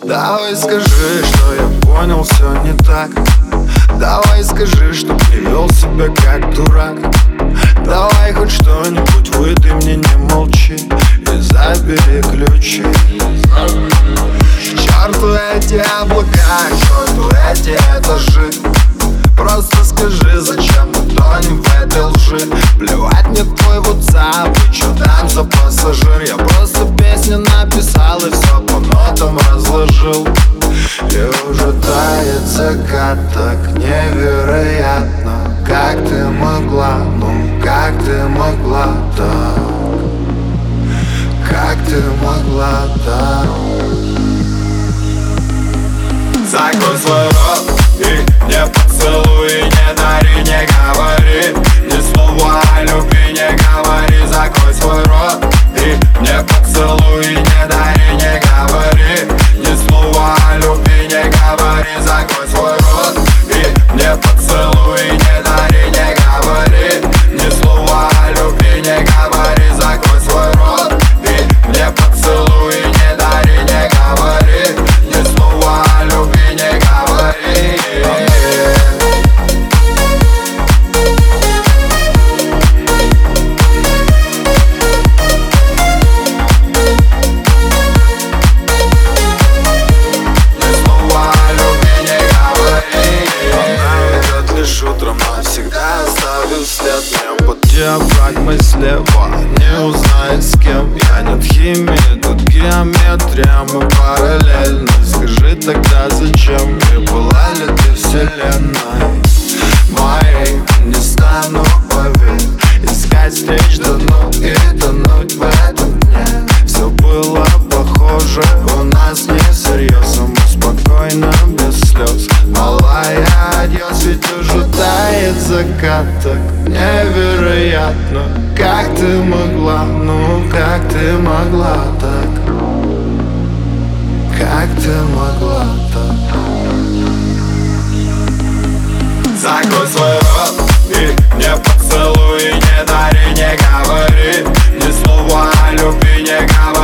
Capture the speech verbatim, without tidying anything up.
Давай скажи, что я понял, все не так. Давай скажи, что привел себя как дурак. Давай хоть что-нибудь выдай мне, не молчи. И забери ключи. К черту эти облака, к черту эти этажи. Просто скажи, зачем мы тонем в этой лжи. Плевать мне твой WhatsApp, и чё там за пассажир. Я просто песню написал и все по нотам разложил. И уже тает закат, так невероятно. Как ты могла, ну как ты могла так? Как ты могла так? Закрой свой рот и не поцелуй, не дари, не говори. Ни слова о любви не говори. Закрой свой рот и не поцелуй, не дари, не говори. Ни слова о любви не говори. Закрой свой рот и не поцелуй, не дари, не говори. Ни слова о любви не говори. Закрой свой рот и не поцелуй, не дари, не говори. Ни слова о любви не говори. Навсегда оставил след. Мне под диафрагмой слева не узнает с кем. Я нет химии, тут геометрия, мы параллельны. Скажи тогда, зачем мне была ли ты вселенной моей? Не стану, поверь, искать встреч, да ну и тонуть в этом дне. Все было похоже, у нас не серьезно. Мы спокойно, без слез. Малая, адьос, ведь уже тает закат. Так невероятно. Как ты могла, ну как ты могла так? Как ты могла так? Закрой свой рот и не поцелуй, не дари, не говори. Ни слова о любви не говори.